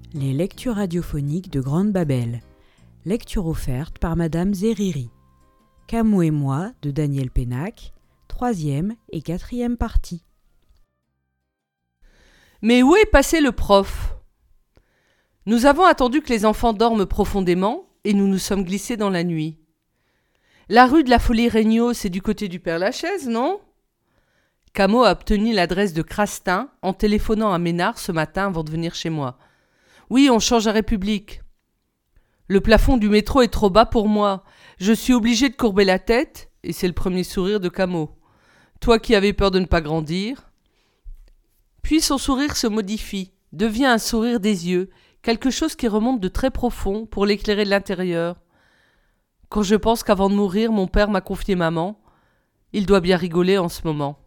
Les lectures radiophoniques de Grande Babel. Lecture offerte par Madame Zeriri. Camus et moi de Daniel Pénac, 3e et 4e partie. Mais où est passé le prof ? Nous avons attendu que les enfants dorment profondément et nous nous sommes glissés dans la nuit. La rue de la Folie-Regnault, c'est du côté du Père-Lachaise, non ? Camus a obtenu l'adresse de Crastin en téléphonant à Ménard ce matin avant de venir chez moi. Oui, on change à République. Le plafond du métro est trop bas pour moi. Je suis obligé de courber la tête, et c'est le premier sourire de Camus. Toi qui avais peur de ne pas grandir. Puis son sourire se modifie, devient un sourire des yeux, quelque chose qui remonte de très profond pour l'éclairer de l'intérieur. Quand je pense qu'avant de mourir, mon père m'a confié maman, il doit bien rigoler en ce moment.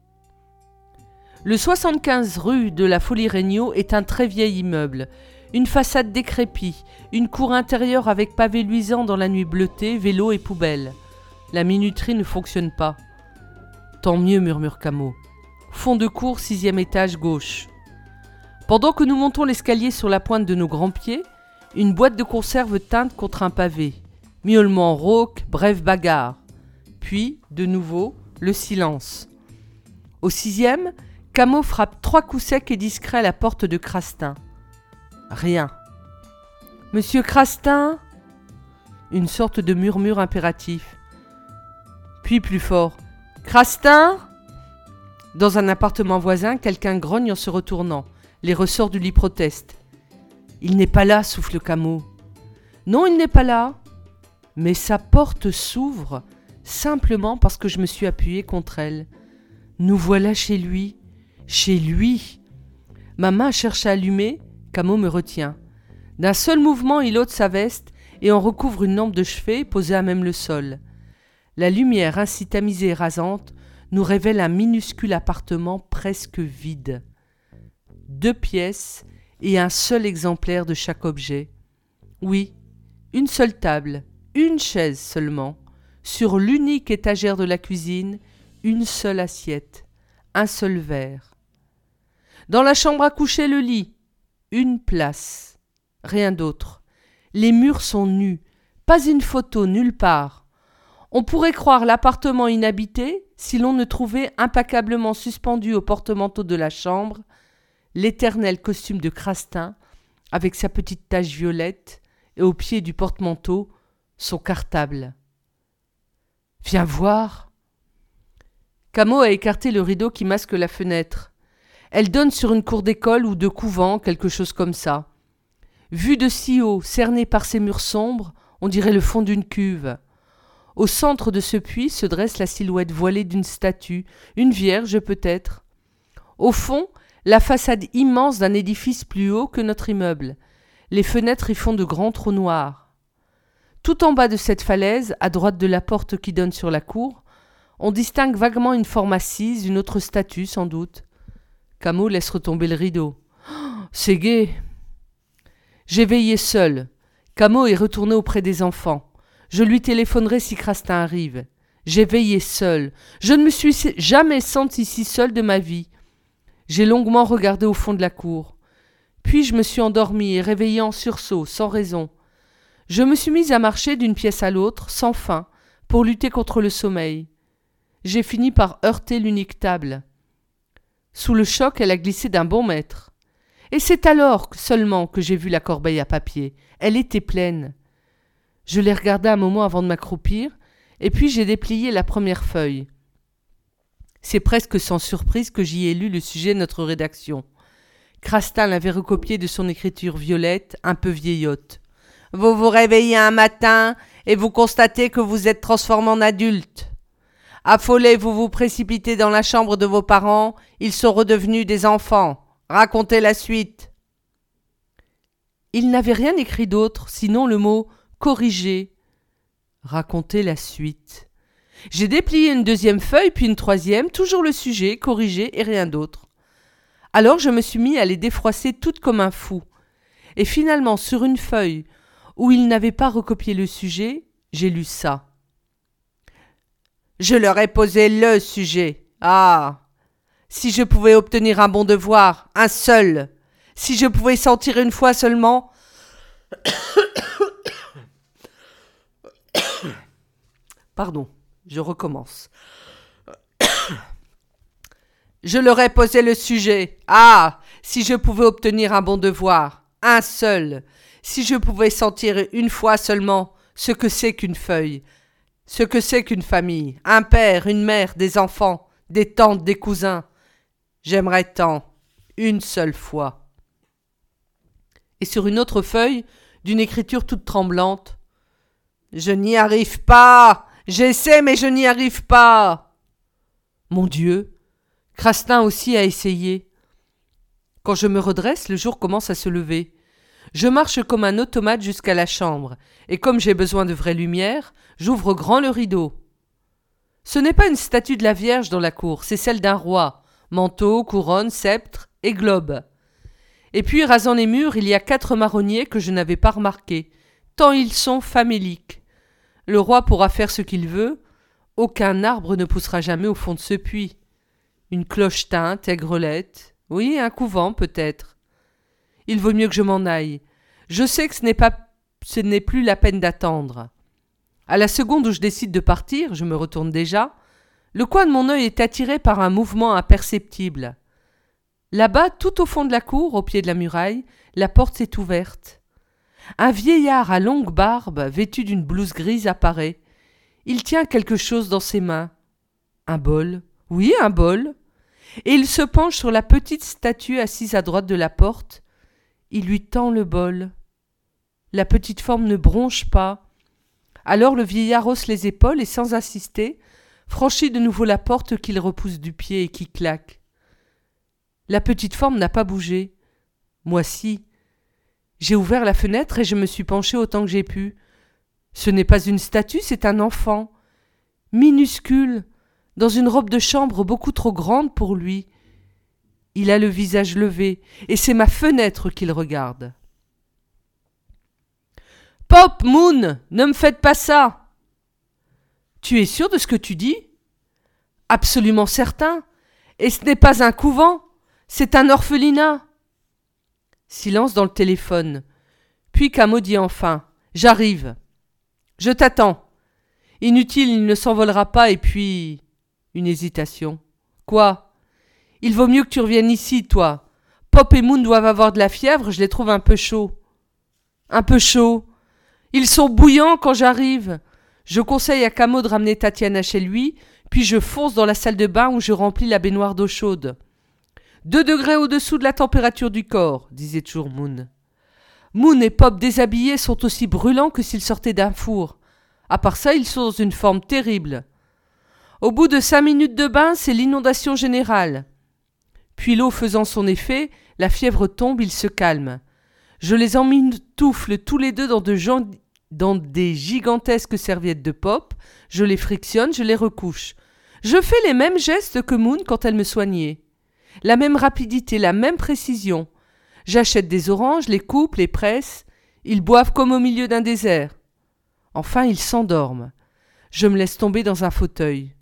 Le 75 rue de la Folie-Regnault est un très vieil immeuble, une façade décrépite, une cour intérieure avec pavés luisants dans la nuit bleutée, vélos et poubelles. La minuterie ne fonctionne pas. Tant mieux, murmure Camus. Fond de cour, 6e étage gauche. Pendant que nous montons l'escalier sur la pointe de nos grands pieds, une boîte de conserve teinte contre un pavé. Miaulement rauque, brève bagarre. Puis, de nouveau, le silence. Au 6e, Camus frappe 3 coups secs et discrets à la porte de Crastin. Rien. Monsieur Crastin ? Une sorte de murmure impératif. Puis plus fort. Crastin ? Dans un appartement voisin, quelqu'un grogne en se retournant. Les ressorts du lit protestent. Il n'est pas là, souffle Camus. Non, il n'est pas là. Mais sa porte s'ouvre, simplement parce que je me suis appuyé contre elle. Nous voilà chez lui. Chez lui. Ma main cherche à allumer, Camus me retient. D'un seul mouvement, il ôte sa veste et en recouvre une lampe de chevet posée à même le sol. La lumière ainsi tamisée et rasante nous révèle un minuscule appartement presque vide. 2 pièces et un seul exemplaire de chaque objet. Oui, une seule table, une chaise seulement. Sur l'unique étagère de la cuisine, une seule assiette, un seul verre. Dans la chambre à coucher, le lit, une place, rien d'autre. Les murs sont nus, pas une photo nulle part. On pourrait croire l'appartement inhabité si l'on ne trouvait impeccablement suspendu au porte-manteau de la chambre l'éternel costume de Crastin avec sa petite tache violette et au pied du porte-manteau son cartable. Viens voir. Camus a écarté le rideau qui masque la fenêtre. Elle donne sur une cour d'école ou de couvent, quelque chose comme ça. Vue de si haut, cernée par ces murs sombres, on dirait le fond d'une cuve. Au centre de ce puits se dresse la silhouette voilée d'une statue, une vierge peut-être. Au fond, la façade immense d'un édifice plus haut que notre immeuble. Les fenêtres y font de grands trous noirs. Tout en bas de cette falaise, à droite de la porte qui donne sur la cour, on distingue vaguement une forme assise, une autre statue sans doute. Camus laisse retomber le rideau. Oh, c'est gai. J'ai veillé seul. Camus est retourné auprès des enfants. Je lui téléphonerai si Crastin arrive. J'ai veillé seul. Je ne me suis jamais senti si seul de ma vie. J'ai longuement regardé au fond de la cour. Puis je me suis endormi et réveillé en sursaut, sans raison. Je me suis mise à marcher d'une pièce à l'autre, sans fin, pour lutter contre le sommeil. J'ai fini par heurter l'unique table. Sous le choc, elle a glissé d'un bon mètre. Et c'est alors seulement que j'ai vu la corbeille à papier. Elle était pleine. Je l'ai regardée un moment avant de m'accroupir, et puis j'ai déplié la première feuille. C'est presque sans surprise que j'y ai lu le sujet de notre rédaction. Crastin l'avait recopié de son écriture violette, un peu vieillotte. Vous vous réveillez un matin et vous constatez que vous êtes transformé en adulte. Affolé, vous vous précipitez dans la chambre de vos parents, ils sont redevenus des enfants. Racontez la suite. Il n'avait rien écrit d'autre, sinon le mot « corriger ». Racontez la suite. J'ai déplié une 2e feuille, puis une 3e, toujours le sujet, corrigé et rien d'autre. Alors je me suis mis à les défroisser toutes comme un fou. Et finalement, sur une feuille où il n'avait pas recopié le sujet, j'ai lu ça. Je leur ai posé le sujet. Ah ! Si je pouvais obtenir un bon devoir, un seul. si je pouvais sentir une fois seulement... Pardon, je recommence. Je leur ai posé le sujet. Ah, si je pouvais obtenir un bon devoir, un seul, si je pouvais sentir une fois seulement ce que c'est qu'une feuille, ce que c'est qu'une famille, un père, une mère, des enfants, des tantes, des cousins. J'aimerais tant, une seule fois. Et sur une autre feuille, d'une écriture toute tremblante, je n'y arrive pas, j'essaie mais je n'y arrive pas. Mon Dieu, Crastin aussi a essayé. Quand je me redresse, le jour commence à se lever. Je marche comme un automate jusqu'à la chambre, et comme j'ai besoin de vraie lumière, j'ouvre grand le rideau. Ce n'est pas une statue de la Vierge dans la cour, c'est celle d'un roi, manteau, couronne, sceptre et globe. Et puis, rasant les murs, il y a 4 marronniers que je n'avais pas remarqués, tant ils sont faméliques. Le roi pourra faire ce qu'il veut, aucun arbre ne poussera jamais au fond de ce puits. Une cloche teinte, aigrelette, oui, un couvent peut-être. Il vaut mieux que je m'en aille. Je sais que ce n'est plus la peine d'attendre. À la seconde où je décide de partir, je me retourne déjà, le coin de mon œil est attiré par un mouvement imperceptible. Là-bas, tout au fond de la cour, au pied de la muraille, la porte s'est ouverte. Un vieillard à longue barbe, vêtu d'une blouse grise, apparaît. Il tient quelque chose dans ses mains. Un bol. Oui, un bol. Et il se penche sur la petite statue assise à droite de la porte. Il lui tend le bol. La petite forme ne bronche pas. Alors le vieillard hausse les épaules et, sans insister, franchit de nouveau la porte qu'il repousse du pied et qui claque. La petite forme n'a pas bougé. Moi si. J'ai ouvert la fenêtre et je me suis penché autant que j'ai pu. Ce n'est pas une statue, c'est un enfant. Minuscule, dans une robe de chambre beaucoup trop grande pour lui. Il a le visage levé, et c'est ma fenêtre qu'il regarde. « Pop, Moon, ne me faites pas ça !»« Tu es sûr de ce que tu dis ?»« Absolument certain. Et ce n'est pas un couvent, c'est un orphelinat. » Silence dans le téléphone. Puis Camo dit enfin « J'arrive. »« Je t'attends. » Inutile, il ne s'envolera pas, et puis... Une hésitation. « Quoi ? Il vaut mieux que tu reviennes ici, toi. Pop et Moon doivent avoir de la fièvre, je les trouve un peu chauds. »« Un peu chauds. Ils sont bouillants quand j'arrive. Je conseille à Camo de ramener Tatiana chez lui, puis je fonce dans la salle de bain où je remplis la baignoire d'eau chaude. 2 degrés au-dessous de la température du corps, disait toujours Moon. Moon et Pop déshabillés sont aussi brûlants que s'ils sortaient d'un four. À part ça, ils sont dans une forme terrible. Au bout de 5 minutes de bain, c'est l'inondation générale. Puis l'eau faisant son effet, la fièvre tombe, ils se calment. Je les emmitoufle tous les deux dans des gigantesques serviettes de Pop, je les frictionne, je les recouche. Je fais les mêmes gestes que Moon quand elle me soignait. La même rapidité, la même précision. J'achète des oranges, les coupe, les presse. Ils boivent comme au milieu d'un désert. Enfin, ils s'endorment. Je me laisse tomber dans un fauteuil.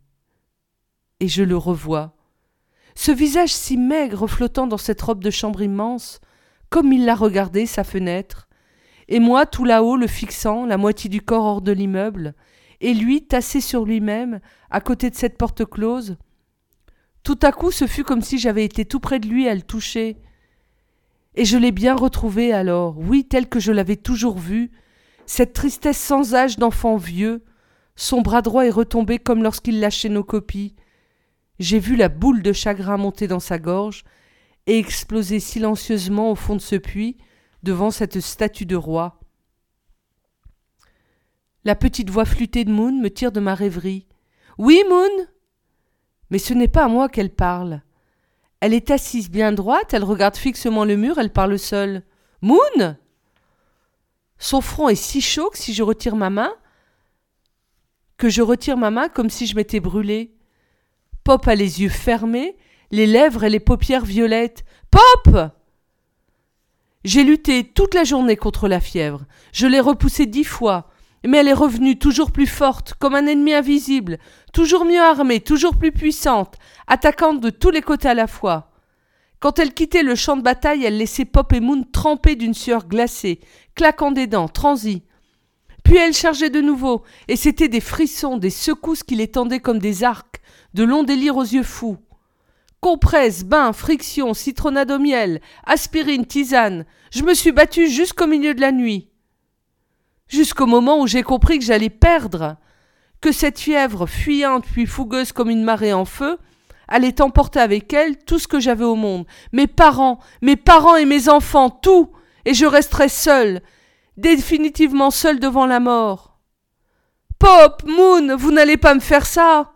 Et je le revois. Ce visage si maigre flottant dans cette robe de chambre immense, comme il l'a regardé, sa fenêtre, et moi tout là-haut le fixant, la moitié du corps hors de l'immeuble, et lui tassé sur lui-même, à côté de cette porte close. Tout à coup, ce fut comme si j'avais été tout près de lui à le toucher. Et je l'ai bien retrouvé alors, oui, tel que je l'avais toujours vu, cette tristesse sans âge d'enfant vieux. Son bras droit est retombé comme lorsqu'il lâchait nos copies. J'ai vu la boule de chagrin monter dans sa gorge et exploser silencieusement au fond de ce puits, devant cette statue de roi. La petite voix flûtée de Moon me tire de ma rêverie. « Oui, Moon !» Mais ce n'est pas à moi qu'elle parle. Elle est assise bien droite, elle regarde fixement le mur, elle parle seule. « Moon !» Son front est si chaud que je retire ma main comme si je m'étais brûlée. Pop a les yeux fermés, les lèvres et les paupières violettes. « Pop !» J'ai lutté toute la journée contre la fièvre. Je l'ai repoussée 10 fois. Mais elle est revenue toujours plus forte, comme un ennemi invisible, toujours mieux armée, toujours plus puissante, attaquant de tous les côtés à la fois. Quand elle quittait le champ de bataille, elle laissait Pop et Moon trempés d'une sueur glacée, claquant des dents, transis. Puis elle chargeait de nouveau, et c'étaient des frissons, des secousses qui les tendaient comme des arcs, de longs délires aux yeux fous. Compresses, bains, frictions, citronnade au miel, aspirine, tisane, je me suis battue jusqu'au milieu de la nuit. Jusqu'au moment où j'ai compris que j'allais perdre, que cette fièvre fuyante puis fougueuse comme une marée en feu allait emporter avec elle tout ce que j'avais au monde, mes parents et mes enfants, tout, et je resterais seule, définitivement seule devant la mort. Pop, Moon, vous n'allez pas me faire ça!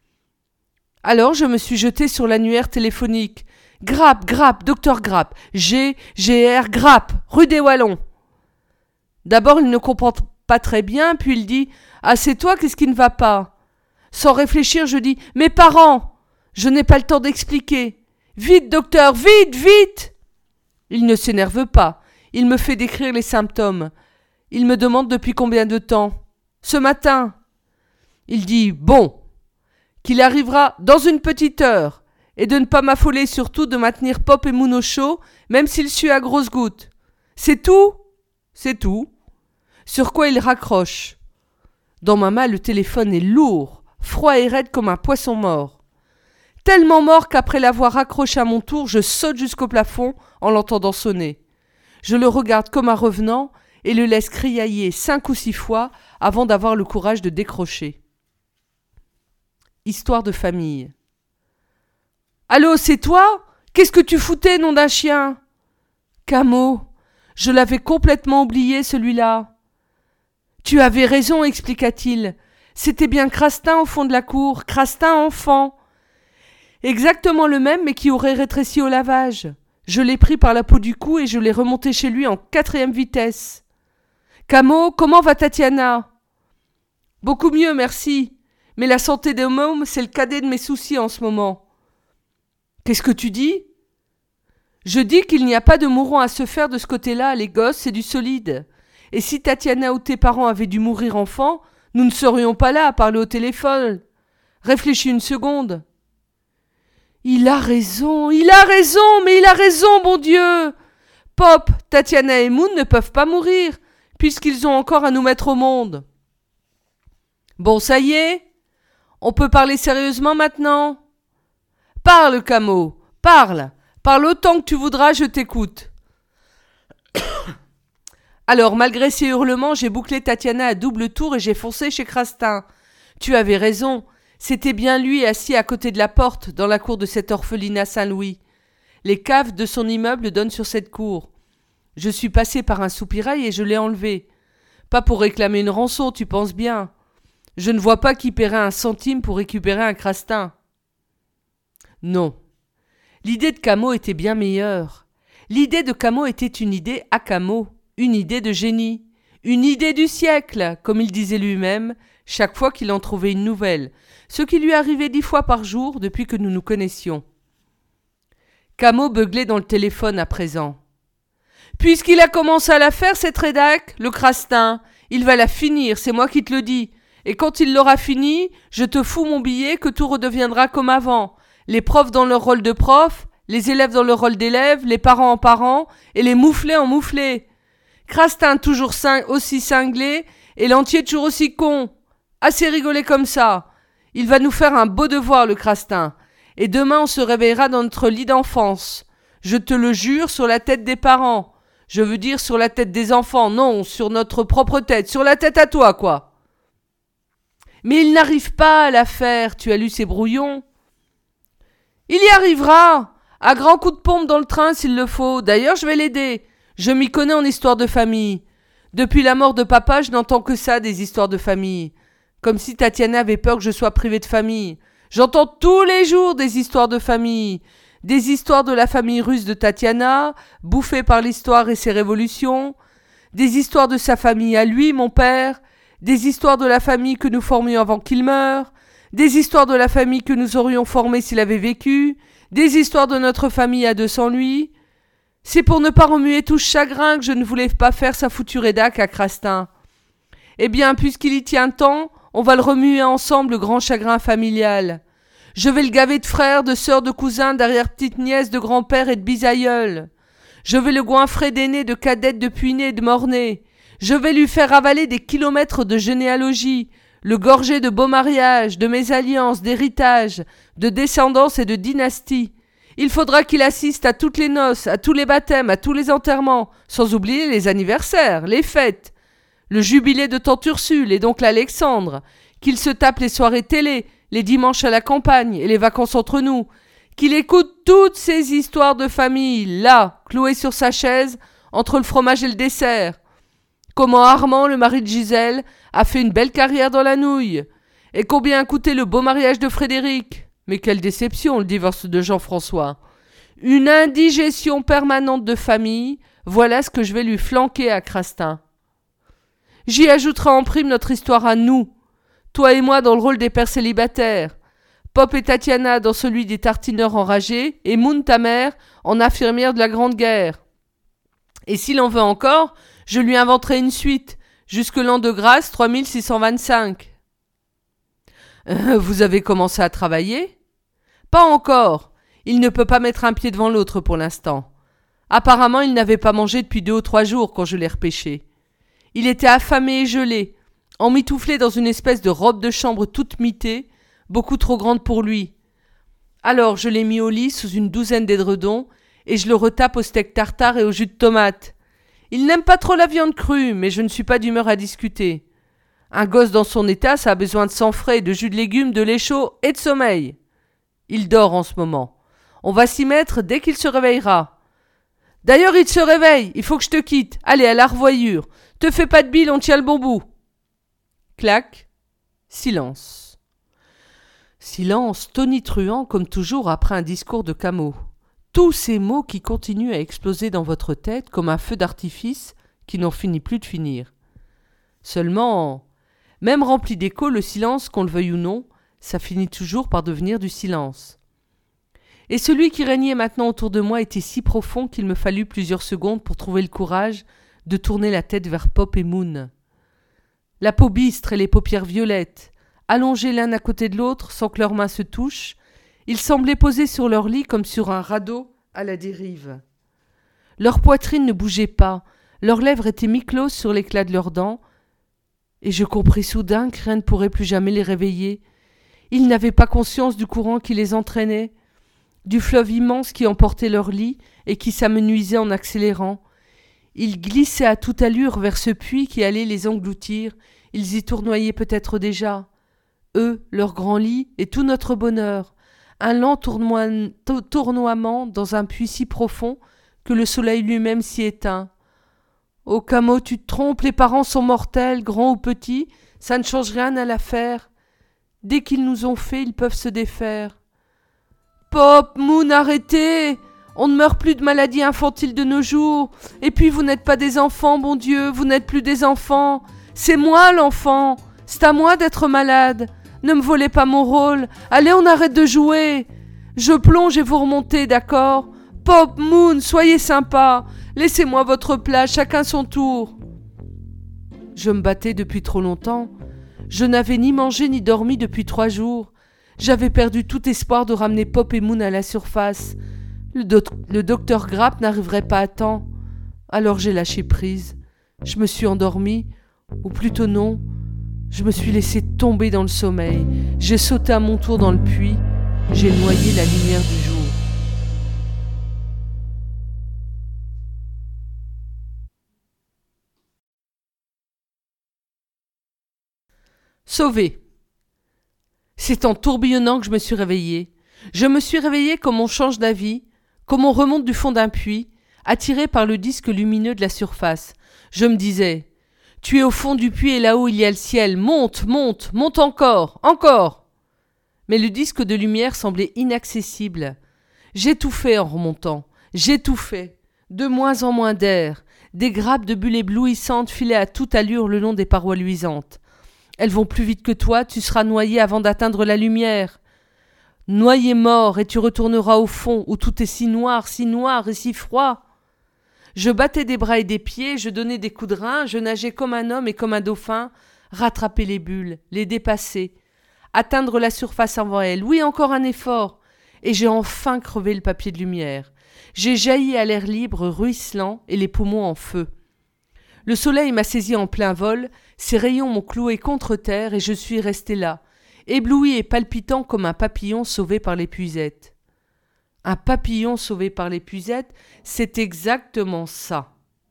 Alors je me suis jetée sur l'annuaire téléphonique. Grappe, docteur Grappe, G-R Grappe, rue des Wallons. D'abord il ne comprend pas très bien, puis il dit « Ah, c'est toi, qu'est-ce qui ne va pas ?» Sans réfléchir, je dis « Mes parents !» Je n'ai pas le temps d'expliquer. « Vite, docteur, vite, vite !» Il ne s'énerve pas. Il me fait décrire les symptômes. Il me demande depuis combien de temps. « Ce matin. » Il dit « Bon. » Qu'il arrivera dans une petite heure, et de ne pas m'affoler, surtout de maintenir Pop et Moon au chaud, même s'il sue à grosses gouttes. C'est tout ? C'est tout. Sur quoi il raccroche. Dans ma main, le téléphone est lourd, froid et raide comme un poisson mort. Tellement mort qu'après l'avoir raccroché à mon tour, je saute jusqu'au plafond en l'entendant sonner. Je le regarde comme un revenant et le laisse criailler 5 ou 6 fois avant d'avoir le courage de décrocher. Histoire de famille. « Allô, c'est toi ? Qu'est-ce que tu foutais, nom d'un chien ?» Camo, je l'avais complètement oublié, celui-là. « Tu avais raison, expliqua-t-il. C'était bien Crastin au fond de la cour, Crastin enfant. Exactement le même, mais qui aurait rétréci au lavage. Je l'ai pris par la peau du cou et je l'ai remonté chez lui en 4e vitesse. Camo, comment va Tatiana ? Beaucoup mieux, merci. Mais la santé des mômes, c'est le cadet de mes soucis en ce moment. Qu'est-ce que tu dis ? Je dis qu'il n'y a pas de mourant à se faire de ce côté-là, les gosses, c'est du solide. Et si Tatiana ou tes parents avaient dû mourir enfant, nous ne serions pas là à parler au téléphone. Réfléchis une seconde. Il a raison, mais il a raison, bon Dieu ! Pop, Tatiana et Moon ne peuvent pas mourir, puisqu'ils ont encore à nous mettre au monde. Bon, ça y est ? On peut parler sérieusement maintenant ? Parle, Camo, parle. Parle autant que tu voudras, je t'écoute. Alors, malgré ses hurlements, j'ai bouclé Tatiana à double tour et j'ai foncé chez Crastin. Tu avais raison, c'était bien lui assis à côté de la porte, dans la cour de cet orphelinat Saint-Louis. Les caves de son immeuble donnent sur cette cour. Je suis passé par un soupirail et je l'ai enlevé. Pas pour réclamer une rançon, tu penses bien. Je ne vois pas qui paierait 1 centime pour récupérer un Crastin. Non. L'idée de Camo était bien meilleure. L'idée de Camo était une idée à Camo, une idée de génie, une idée du siècle, comme il disait lui-même, chaque fois qu'il en trouvait une nouvelle, ce qui lui arrivait 10 fois par jour depuis que nous nous connaissions. Camo beuglait dans le téléphone à présent. « Puisqu'il a commencé à la faire, cette rédac, le Crastin, il va la finir, c'est moi qui te le dis. Et quand il l'aura fini, je te fous mon billet que tout redeviendra comme avant. Les profs dans leur rôle de profs, les élèves dans leur rôle d'élèves, les parents en parents, et les mouflés en mouflés. Crastin toujours aussi cinglé, et l'entier toujours aussi con. Assez rigolé comme ça. Il va nous faire un beau devoir, le Crastin. Et demain, on se réveillera dans notre lit d'enfance. Je te le jure, sur la tête des parents. Je veux dire sur la tête des enfants, non, sur notre propre tête, sur la tête à toi, quoi. Mais il n'arrive pas à la faire, tu as lu ses brouillons. Il y arrivera, à grands coups de pompe dans le train s'il le faut. D'ailleurs, je vais l'aider. Je m'y connais en histoire de famille. Depuis la mort de papa, je n'entends que ça, des histoires de famille. Comme si Tatiana avait peur que je sois privée de famille. J'entends tous les jours des histoires de famille. Des histoires de la famille russe de Tatiana, bouffée par l'histoire et ses révolutions. Des histoires de sa famille à lui, mon père. Des histoires de la famille que nous formions avant qu'il meure. Des histoires de la famille que nous aurions formée s'il avait vécu. Des histoires de notre famille à deux sans lui. C'est pour ne pas remuer tout ce chagrin que je ne voulais pas faire sa foutue rédac à Crastin. Eh bien, puisqu'il y tient tant, on va le remuer ensemble, le grand chagrin familial. Je vais le gaver de frères, de sœurs, de cousins, d'arrière-petites-nièces, de grands-pères et de bisaïeuls. Je vais le goinfrer d'aînés, de cadettes, de puinés et de mornés. Je vais lui faire avaler des kilomètres de généalogie, le gorger de beaux mariages, de mésalliances, d'héritages, de descendance et de dynastie. Il faudra qu'il assiste à toutes les noces, à tous les baptêmes, à tous les enterrements, sans oublier les anniversaires, les fêtes, le jubilé de tante Ursule et d'oncle Alexandre, qu'il se tape les soirées télé, les dimanches à la campagne et les vacances entre nous, qu'il écoute toutes ces histoires de famille, là, cloué sur sa chaise, entre le fromage et le dessert. Comment Armand, le mari de Gisèle, a fait une belle carrière dans la nouille, et combien a coûté le beau mariage de Frédéric. Mais quelle déception, le divorce de Jean-François. Une indigestion permanente de famille, voilà ce que je vais lui flanquer à Crastin. J'y ajouterai en prime notre histoire à nous, toi et moi dans le rôle des pères célibataires, Pop et Tatiana dans celui des tartineurs enragés, et Moon, ta mère, en infirmière de la Grande Guerre. Et s'il en veut encore, je lui inventerai une suite, jusque l'an de grâce 3625. Vous avez commencé à travailler ? Pas encore. Il ne peut pas mettre un pied devant l'autre pour l'instant. Apparemment, il n'avait pas mangé depuis 2 ou 3 jours quand je l'ai repêché. Il était affamé et gelé, emmitouflé dans une espèce de robe de chambre toute mitée, beaucoup trop grande pour lui. Alors je l'ai mis au lit sous une douzaine d'édredons et je le retape au steak tartare et au jus de tomate. Il n'aime pas trop la viande crue, mais je ne suis pas d'humeur à discuter. Un gosse dans son état, ça a besoin de sang frais, de jus de légumes, de lait chaud et de sommeil. Il dort en ce moment. On va s'y mettre dès qu'il se réveillera. D'ailleurs, il se réveille, il faut que je te quitte. Allez, à la revoyure. Te fais pas de bile, on tient le bon bout. Clac. Silence. Silence tonitruant comme toujours après un discours de Camus. Tous ces mots qui continuent à exploser dans votre tête comme un feu d'artifice qui n'en finit plus de finir. Seulement, même rempli d'écho, le silence, qu'on le veuille ou non, ça finit toujours par devenir du silence. Et celui qui régnait maintenant autour de moi était si profond qu'il me fallut plusieurs secondes pour trouver le courage de tourner la tête vers Pop et Moon. La peau bistre et les paupières violettes, allongés l'un à côté de l'autre sans que leurs mains se touchent, ils semblaient posés sur leur lit comme sur un radeau à la dérive. Leur poitrine ne bougeait pas, leurs lèvres étaient mi-closes sur l'éclat de leurs dents, et je compris soudain que rien ne pourrait plus jamais les réveiller. Ils n'avaient pas conscience du courant qui les entraînait, du fleuve immense qui emportait leur lit et qui s'amenuisait en accélérant. Ils glissaient à toute allure vers ce puits qui allait les engloutir. Ils y tournoyaient peut-être déjà. Eux, leur grand lit et tout notre bonheur. Un lent tournoiement dans un puits si profond que le soleil lui-même s'y éteint. Ô Camus, tu te trompes, les parents sont mortels, grands ou petits, ça ne change rien à l'affaire. Dès qu'ils nous ont fait, ils peuvent se défaire. Pop, Moon, arrêtez! On ne meurt plus de maladies infantiles de nos jours. Et puis vous n'êtes pas des enfants, bon Dieu, vous n'êtes plus des enfants. C'est moi l'enfant, c'est à moi d'être malade. Ne me volez pas mon rôle, allez on arrête de jouer. Je plonge et vous remontez, d'accord? Pop, Moon, soyez sympas, laissez-moi votre place, chacun son tour. Je me battais depuis trop longtemps. Je n'avais ni mangé ni dormi depuis 3 jours. J'avais perdu tout espoir de ramener Pop et Moon à la surface. Le docteur Grapp n'arriverait pas à temps. Alors j'ai lâché prise. Je me suis endormie, ou plutôt non. Je me suis laissé tomber dans le sommeil. J'ai sauté à mon tour dans le puits. J'ai noyé la lumière du jour. Sauvé. C'est en tourbillonnant que je me suis réveillée. Je me suis réveillée comme on change d'avis, comme on remonte du fond d'un puits, attiré par le disque lumineux de la surface. Je me disais, tu es au fond du puits et là-haut il y a le ciel, monte, monte, monte encore, encore. Mais le disque de lumière semblait inaccessible. J'étouffais en remontant, j'étouffais, de moins en moins d'air. Des grappes de bulles éblouissantes filaient à toute allure le long des parois luisantes. Elles vont plus vite que toi, tu seras noyé avant d'atteindre la lumière. Noyé mort, et tu retourneras au fond, où tout est si noir et si froid. Je battais des bras et des pieds, je donnais des coups de rein, je nageais comme un homme et comme un dauphin, rattraper les bulles, les dépasser, Atteindre la surface avant elle. Oui, encore un effort. Et j'ai enfin crevé le papier de lumière. J'ai jailli à l'air libre, ruisselant, et les poumons en feu. Le soleil m'a saisi en plein vol, ses rayons m'ont cloué contre terre et je suis resté là, ébloui et palpitant comme un papillon sauvé par l'épuisette. Un papillon sauvé par l'épuisette, c'est exactement ça.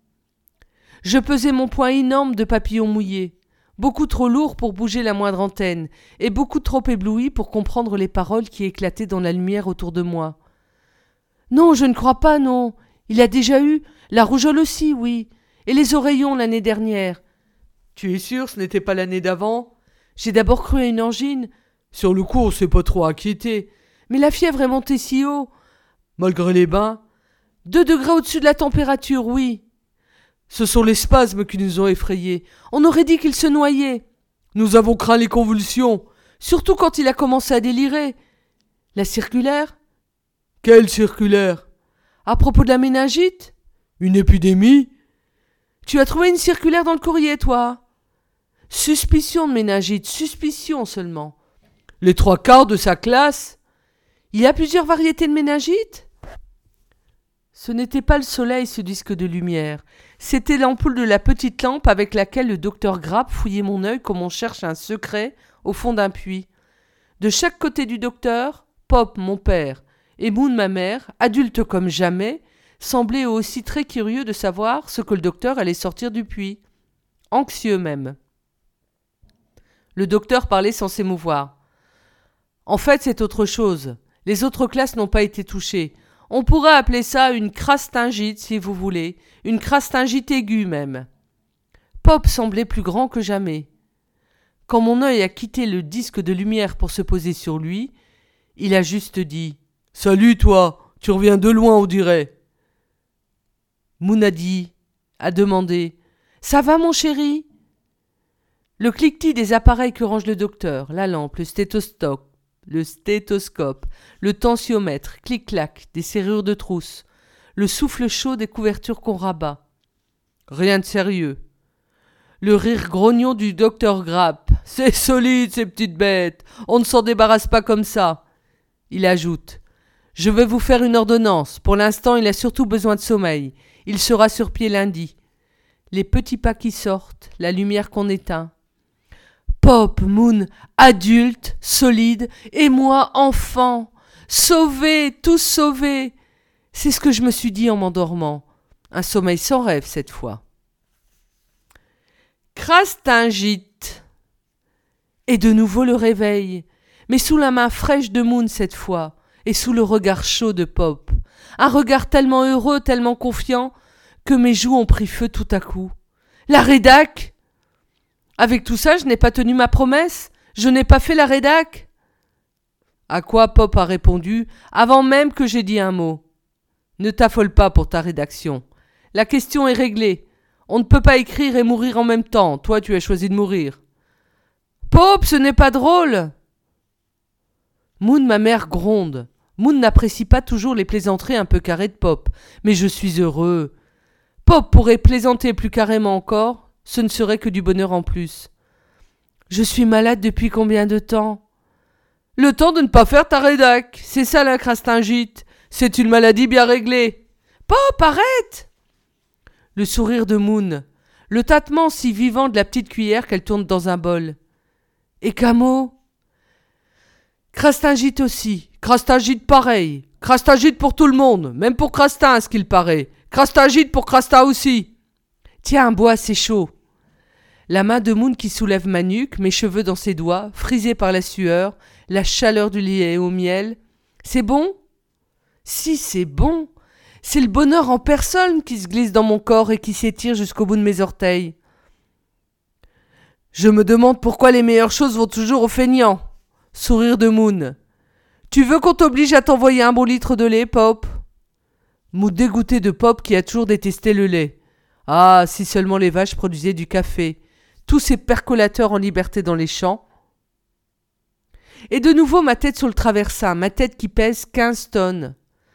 Je pesais mon poing énorme de papillon mouillé, beaucoup trop lourd pour bouger la moindre antenne, et beaucoup trop ébloui pour comprendre les paroles qui éclataient dans la lumière autour de moi. Non, je ne crois pas, non. Il a déjà eu, la rougeole aussi, oui, et les oreillons l'année dernière. Tu es sûr, ce n'était pas l'année d'avant ? J'ai d'abord cru à une angine. Sur le coup, on s'est pas trop inquiété. Mais la fièvre est montée si haut. Malgré les bains ? 2 degrés au-dessus de la température, oui. Ce sont les spasmes qui nous ont effrayés. On aurait dit qu'il se noyait. Nous avons craint les convulsions. Surtout quand il a commencé à délirer. La circulaire ? Quelle circulaire ? À propos de la méningite ? Une épidémie ? Tu as trouvé une circulaire dans le courrier, toi ? Suspicion de méningite, suspicion seulement. Les 3/4 de sa classe ? Il y a plusieurs variétés de méningite ? Ce n'était pas le soleil, ce disque de lumière. C'était l'ampoule de la petite lampe avec laquelle le docteur Grapp fouillait mon œil comme on cherche un secret au fond d'un puits. De chaque côté du docteur, Pop, mon père, et Moon, ma mère, adultes comme jamais, semblaient eux aussi très curieux de savoir ce que le docteur allait sortir du puits. Anxieux même. Le docteur parlait sans s'émouvoir. En fait, c'est autre chose. Les autres classes n'ont pas été touchées. On pourrait appeler ça une crastingite, si vous voulez. Une crastingite aiguë, même. Pop semblait plus grand que jamais. Quand mon œil a quitté le disque de lumière pour se poser sur lui, il a juste dit « Salut, toi, tu reviens de loin, on dirait. » Moon a demandé « Ça va, mon chéri ?» Le cliquetis des appareils que range le docteur, la lampe, le stéthoscope, le tensiomètre, clic-clac, des serrures de trousse, le souffle chaud des couvertures qu'on rabat. Rien de sérieux. Le rire grognon du docteur Grapp. « C'est solide, ces petites bêtes. On ne s'en débarrasse pas comme ça. » Il ajoute « Je vais vous faire une ordonnance. Pour l'instant, il a surtout besoin de sommeil. Il sera sur pied lundi. » Les petits pas qui sortent, la lumière qu'on éteint. Pop, Moon, adulte, solide, et moi, enfant. Sauvés, tous sauvés. C'est ce que je me suis dit en m'endormant. Un sommeil sans rêve cette fois. Crastingite. Et de nouveau le réveil, mais sous la main fraîche de Moon cette fois, et sous le regard chaud de Pop. Un regard tellement heureux, tellement confiant, que mes joues ont pris feu tout à coup. La rédac ? Avec tout ça, je n'ai pas tenu ma promesse. Je n'ai pas fait la rédac. À quoi Pop a répondu, avant même que j'aie dit un mot. Ne t'affole pas pour ta rédaction. La question est réglée. On ne peut pas écrire et mourir en même temps. Toi, tu as choisi de mourir. Pop, ce n'est pas drôle. Moon, ma mère, gronde. Moon n'apprécie pas toujours les plaisanteries un peu carrées de Pop. Mais je suis heureux. Pop pourrait plaisanter plus carrément encore. Ce ne serait que du bonheur en plus. Je suis malade depuis combien de temps ? Le temps de ne pas faire ta rédac. C'est ça la crastingite. C'est une maladie bien réglée. Pop, arrête ! Le sourire de Moon. Le tâtement si vivant de la petite cuillère qu'elle tourne dans un bol. Et Camo ? Crastingite aussi. Crastingite pareil. Crastingite pour tout le monde. Même pour Crastin, à ce qu'il paraît. Crastingite pour Crasta aussi. Tiens, bois, c'est chaud. La main de Moon qui soulève ma nuque, mes cheveux dans ses doigts, frisés par la sueur, la chaleur du lait au miel. C'est bon ? Si, c'est bon. C'est le bonheur en personne qui se glisse dans mon corps et qui s'étire jusqu'au bout de mes orteils. Je me demande pourquoi les meilleures choses vont toujours aux feignants. Sourire de Moon. Tu veux qu'on t'oblige à t'envoyer un bon litre de lait, Pop ? Moon dégoûté de Pop qui a toujours détesté le lait. Ah, si seulement les vaches produisaient du café. Tous ces percolateurs en liberté dans les champs. Et de nouveau ma tête sur le traversin, ma tête qui pèse 15 tonnes.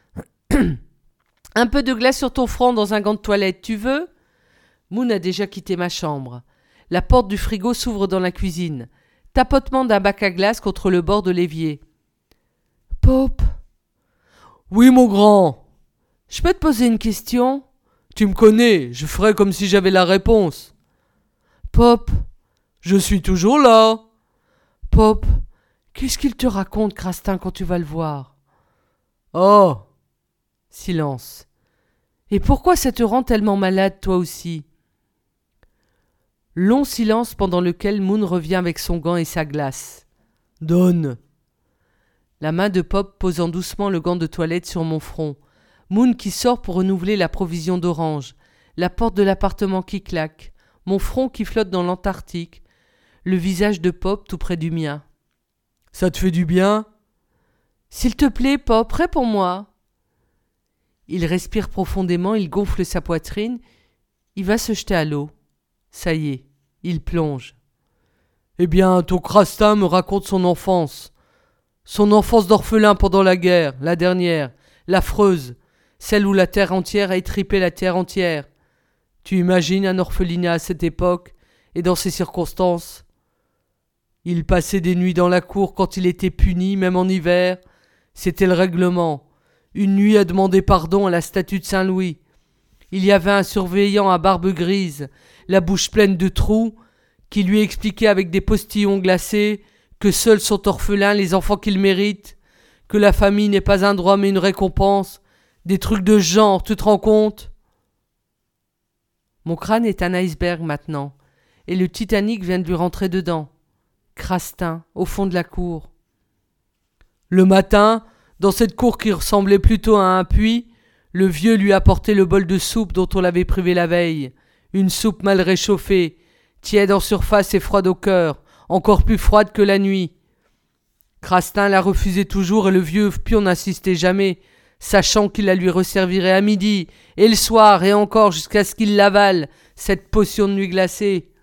Un peu de glace sur ton front dans un gant de toilette, tu veux ? Moon a déjà quitté ma chambre. La porte du frigo s'ouvre dans la cuisine. tapotement d'un bac à glace contre le bord de l'évier. Pop, Oui, mon grand. je peux te poser une question? Tu me connais, je ferai comme si j'avais la réponse. Pop, Je suis toujours là. Pop, qu'est-ce qu'il te raconte, Crastin, quand tu vas le voir? Oh, Silence. Et pourquoi ça te rend tellement malade, toi aussi? Long silence pendant lequel Moon revient avec son gant et sa glace. donne. La main de Pop posant doucement le gant de toilette sur mon front. Moon qui sort pour renouveler la provision d'orange. La porte de l'appartement qui claque. Mon front qui flotte dans l'Antarctique. Le visage de Pop tout près du mien. Ça te fait du bien? S'il te plaît, Pop, réponds-moi. Il respire profondément, il gonfle sa poitrine. Il va se jeter à l'eau. Ça y est, il plonge. Eh bien, ton Crastin me raconte son enfance. Son enfance d'orphelin pendant la guerre, la dernière, l'affreuse, celle où la terre entière a étripé la terre entière. Tu imagines un orphelinat à cette époque et dans ces circonstances? Il passait des nuits dans la cour quand il était puni, même en hiver. C'était le règlement. Une nuit à demander pardon à la statue de Saint-Louis. Il y avait un surveillant à barbe grise, la bouche pleine de trous, qui lui expliquait avec des postillons glacés que seuls sont orphelins les enfants qu'ils méritent, que la famille n'est pas un droit mais une récompense, des trucs de genre, tu te rends compte? Mon crâne est un iceberg maintenant, et le Titanic vient de lui rentrer dedans. Crastin, au fond de la cour. Le matin, dans cette cour qui ressemblait plutôt à un puits, le vieux lui apportait le bol de soupe dont on l'avait privé la veille. Une soupe mal réchauffée, tiède en surface et froide au cœur, encore plus froide que la nuit. Crastin la refusait toujours et le vieux pion n'insistait jamais, sachant qu'il la lui resservirait à midi, et le soir, et encore jusqu'à ce qu'il l'avale, cette potion de nuit glacée.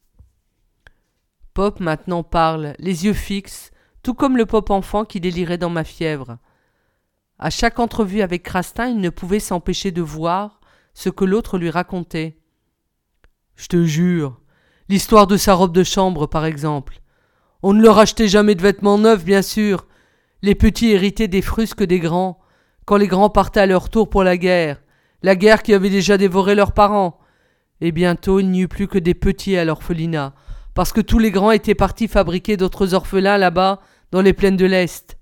Pop maintenant parle, les yeux fixes, tout comme le Pop enfant qui délirait dans ma fièvre. À chaque entrevue avec Crastin, il ne pouvait s'empêcher de voir ce que l'autre lui racontait. Je te jure, l'histoire de sa robe de chambre, par exemple. On ne leur achetait jamais de vêtements neufs, bien sûr. Les petits héritaient des frusques des grands, quand les grands partaient à leur tour pour la guerre qui avait déjà dévoré leurs parents. Et bientôt, il n'y eut plus que des petits à l'orphelinat, parce que tous les grands étaient partis fabriquer d'autres orphelins là-bas, dans les plaines de l'Est.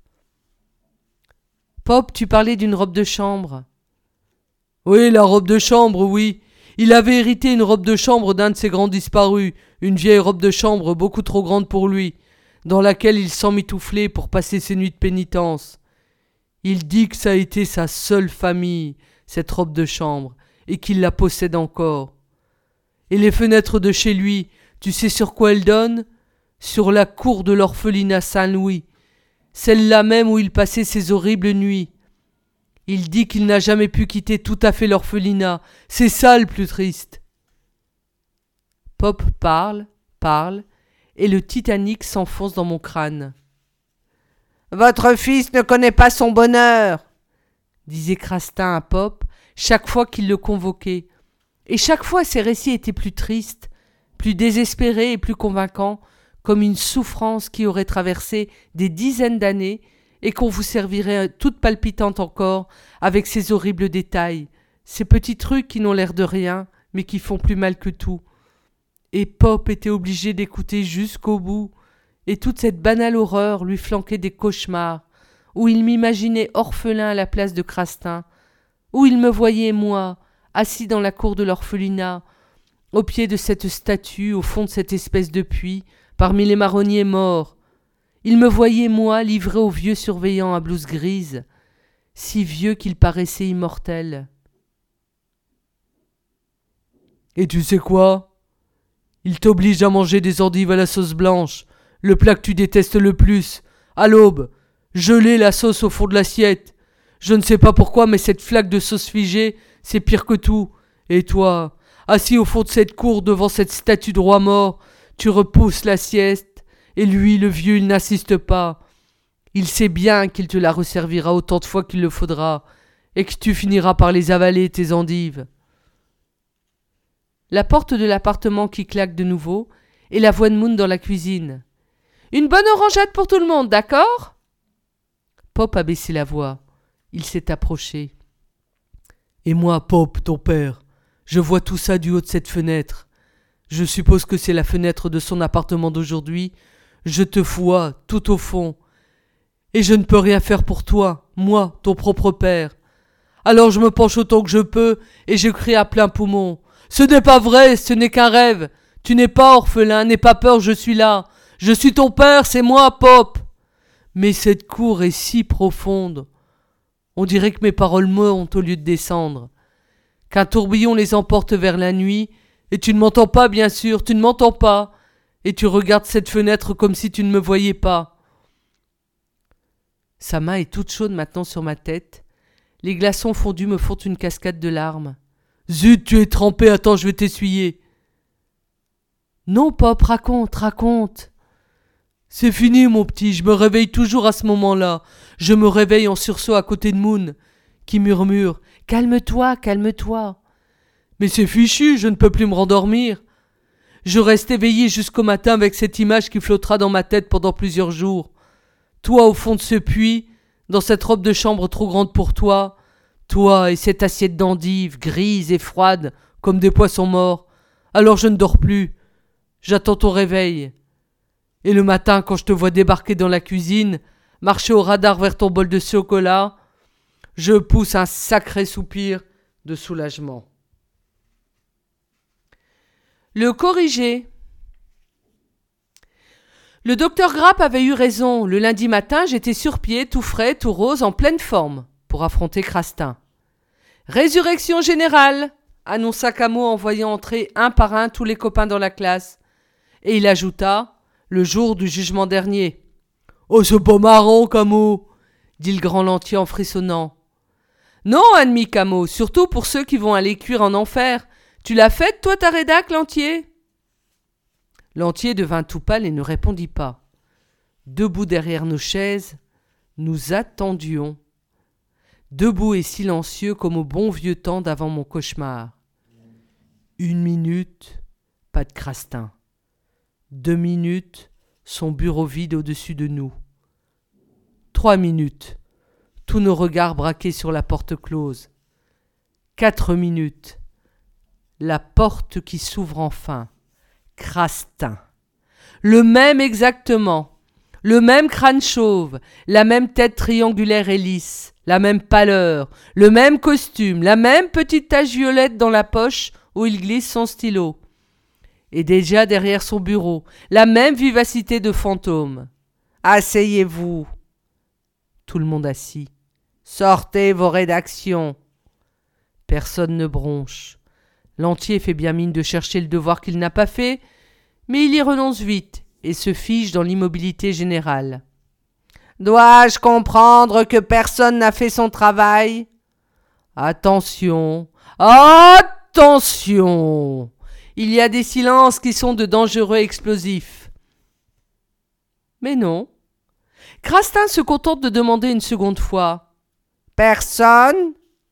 Pop, tu parlais d'une robe de chambre. Oui, la robe de chambre, oui. Il avait hérité une robe de chambre d'un de ses grands disparus, une vieille robe de chambre beaucoup trop grande pour lui, dans laquelle il s'emmitouflait pour passer ses nuits de pénitence. Il dit que ça a été sa seule famille, cette robe de chambre, et qu'il la possède encore. Et les fenêtres de chez lui, tu sais sur quoi elles donnent? Sur la cour de l'orphelinat Saint-Louis, celle-là même où il passait ses horribles nuits. Il dit qu'il n'a jamais pu quitter tout à fait l'orphelinat. C'est ça le plus triste. Pop parle, et le Titanic s'enfonce dans mon crâne. Votre fils ne connaît pas son bonheur, disait Crastin à Pop chaque fois qu'il le convoquait. Et chaque fois ses récits étaient plus tristes, plus désespérés et plus convaincants, comme une souffrance qui aurait traversé des dizaines d'années et qu'on vous servirait toute palpitante encore avec ces horribles détails, ces petits trucs qui n'ont l'air de rien, mais qui font plus mal que tout. Et Pop était obligé d'écouter jusqu'au bout, et toute cette banale horreur lui flanquait des cauchemars, où il m'imaginait orphelin à la place de Crastin, où il me voyait, moi, assis dans la cour de l'orphelinat, au pied de cette statue, au fond de cette espèce de puits, parmi les marronniers morts. Il me voyait, moi, livré au vieux surveillant à blouse grise, si vieux qu'il paraissait immortel. Et tu sais quoi? Il t'oblige à manger des endives à la sauce blanche, le plat que tu détestes le plus, à l'aube, geler la sauce au fond de l'assiette. Je ne sais pas pourquoi, mais cette flaque de sauce figée, c'est pire que tout. Et toi, assis au fond de cette cour devant cette statue de roi mort, tu repousses la sieste, et lui, le vieux, il n'insiste pas. Il sait bien qu'il te la resservira autant de fois qu'il le faudra, et que tu finiras par les avaler, tes endives. La porte de l'appartement qui claque de nouveau, et la voix de Moon dans la cuisine. Une bonne orangeade pour tout le monde, d'accord ? Pop a baissé la voix. Il s'est approché. Et moi, Pop, ton père, je vois tout ça du haut de cette fenêtre. Je suppose que c'est la fenêtre de son appartement d'aujourd'hui. Je te vois tout au fond. Et je ne peux rien faire pour toi, moi, ton propre père. Alors je me penche autant que je peux et je crie à plein poumon. Ce n'est pas vrai, ce n'est qu'un rêve. Tu n'es pas orphelin, n'aie pas peur, je suis là. Je suis ton père, c'est moi, Pop. Mais cette cour est si profonde. On dirait que mes paroles montent au lieu de descendre. Qu'un tourbillon les emporte vers la nuit. Et tu ne m'entends pas, bien sûr, tu ne m'entends pas. Et tu regardes cette fenêtre comme si tu ne me voyais pas. Sa main est toute chaude maintenant sur ma tête. Les glaçons fondus me font une cascade de larmes. Zut, tu es trempé, attends, je vais t'essuyer. Non, Pop, raconte. C'est fini, mon petit, je me réveille toujours à ce moment-là. Je me réveille en sursaut à côté de Moon, qui murmure « Calme-toi. » Mais c'est fichu, je ne peux plus me rendormir. Je reste éveillé jusqu'au matin avec cette image qui flottera dans ma tête pendant plusieurs jours. Toi au fond de ce puits, dans cette robe de chambre trop grande pour toi, toi et cette assiette d'endives, grise et froide, comme des poissons morts. Alors je ne dors plus. J'attends ton réveil. Et le matin, quand je te vois débarquer dans la cuisine, marcher au radar vers ton bol de chocolat, je pousse un sacré soupir de soulagement. Le corrigé. Le docteur Grapp avait eu raison. Le lundi matin, j'étais sur pied, tout frais, tout rose, en pleine forme, pour affronter Crastin. Résurrection générale, annonça Camo en voyant entrer un par un tous les copains dans la classe. Et il ajouta, le jour du jugement dernier. Oh, c'est pas marrant, Camo, dit le grand Lantier en frissonnant. Non, admis Camo, surtout pour ceux qui vont aller cuire en enfer. Tu l'as faite, toi, ta rédac, Lantier ? Lantier devint tout pâle et ne répondit pas. Debout derrière nos chaises, nous attendions. Debout et silencieux comme au bon vieux temps d'avant mon cauchemar. 1 minute, pas de Crastin. 2 minutes, son bureau vide au-dessus de nous. 3 minutes, tous nos regards braqués sur la porte close. 4 minutes, la porte qui s'ouvre enfin. Crastin. Le même exactement. Le même crâne chauve, la même tête triangulaire et lisse, la même pâleur, le même costume, la même petite tache violette dans la poche où il glisse son stylo. Et déjà derrière son bureau, la même vivacité de fantôme. Asseyez-vous. Tout le monde assis. Sortez vos rédactions. Personne ne bronche. Lantier fait bien mine de chercher le devoir qu'il n'a pas fait, mais il y renonce vite et se fige dans l'immobilité générale. Dois-je comprendre que personne n'a fait son travail ? Attention, attention ! Il y a des silences qui sont de dangereux explosifs. Mais non. Crastin se contente de demander une seconde fois. Personne ?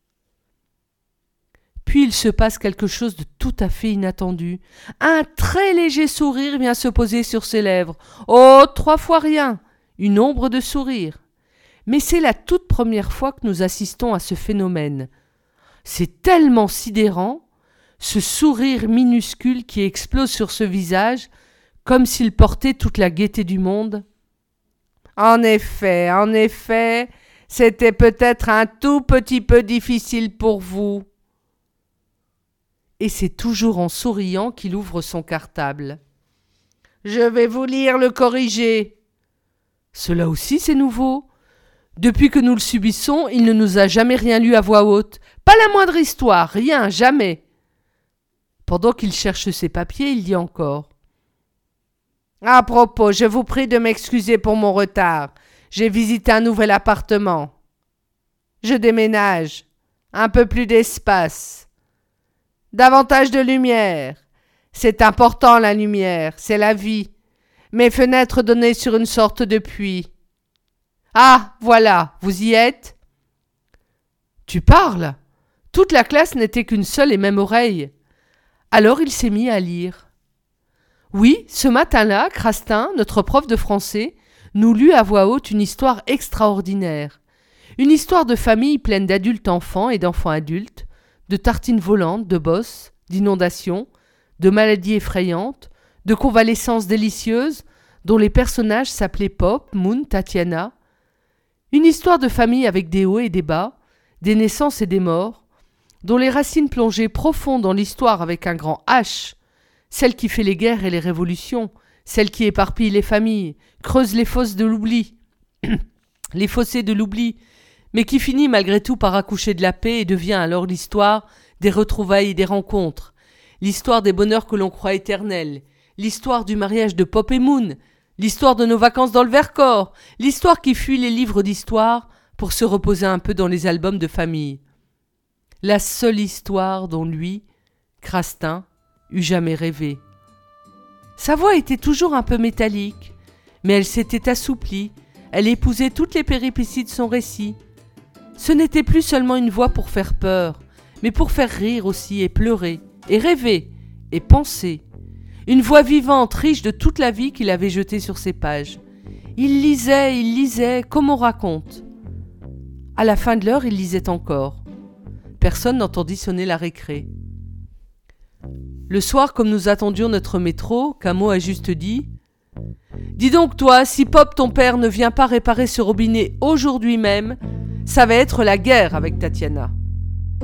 Puis il se passe quelque chose de tout à fait inattendu. Un très léger sourire vient se poser sur ses lèvres. Oh, 3 fois rien, une ombre de sourire. Mais c'est la toute première fois que nous assistons à ce phénomène. C'est tellement sidérant, ce sourire minuscule qui explose sur ce visage, comme s'il portait toute la gaieté du monde. En effet, c'était peut-être un tout petit peu difficile pour vous. Et c'est toujours en souriant qu'il ouvre son cartable. « Je vais vous lire le corrigé. » Cela aussi c'est nouveau. Depuis que nous le subissons, il ne nous a jamais rien lu à voix haute. Pas la moindre histoire, rien, jamais. Pendant qu'il cherche ses papiers, il dit encore. « À propos, je vous prie de m'excuser pour mon retard. J'ai visité un nouvel appartement. Je déménage. Un peu plus d'espace. Davantage de lumière. C'est important la lumière, c'est la vie. Mes fenêtres donnaient sur une sorte de puits. Ah, voilà, vous y êtes ? Tu parles ? Toute la classe n'était qu'une seule et même oreille. Alors il s'est mis à lire. Oui, ce matin-là, Crastin, notre prof de français, nous lut à voix haute une histoire extraordinaire. Une histoire de famille pleine d'adultes enfants et d'enfants adultes, de tartines volantes, de bosses, d'inondations, de maladies effrayantes, de convalescences délicieuses, dont les personnages s'appelaient Pop, Moon, Tatiana. Une histoire de famille avec des hauts et des bas, des naissances et des morts, dont les racines plongeaient profond dans l'histoire avec un grand H, celle qui fait les guerres et les révolutions, celle qui éparpille les familles, creuse les fosses de l'oubli, les fossés de l'oubli, mais qui finit malgré tout par accoucher de la paix et devient alors l'histoire des retrouvailles et des rencontres, l'histoire des bonheurs que l'on croit éternels, l'histoire du mariage de Pop et Moon, l'histoire de nos vacances dans le Vercors, l'histoire qui fuit les livres d'histoire pour se reposer un peu dans les albums de famille. La seule histoire dont lui, Crastin, eût jamais rêvé. Sa voix était toujours un peu métallique, mais elle s'était assouplie, elle épousait toutes les péripéties de son récit. Ce n'était plus seulement une voix pour faire peur, mais pour faire rire aussi et pleurer, et rêver, et penser. Une voix vivante, riche de toute la vie qu'il avait jetée sur ses pages. Il lisait, comme on raconte. À la fin de l'heure, il lisait encore. Personne n'entendit sonner la récré. Le soir, comme nous attendions notre métro, Camo a juste dit « Dis donc toi, si Pop ton père ne vient pas réparer ce robinet aujourd'hui même, ça va être la guerre avec Tatiana. »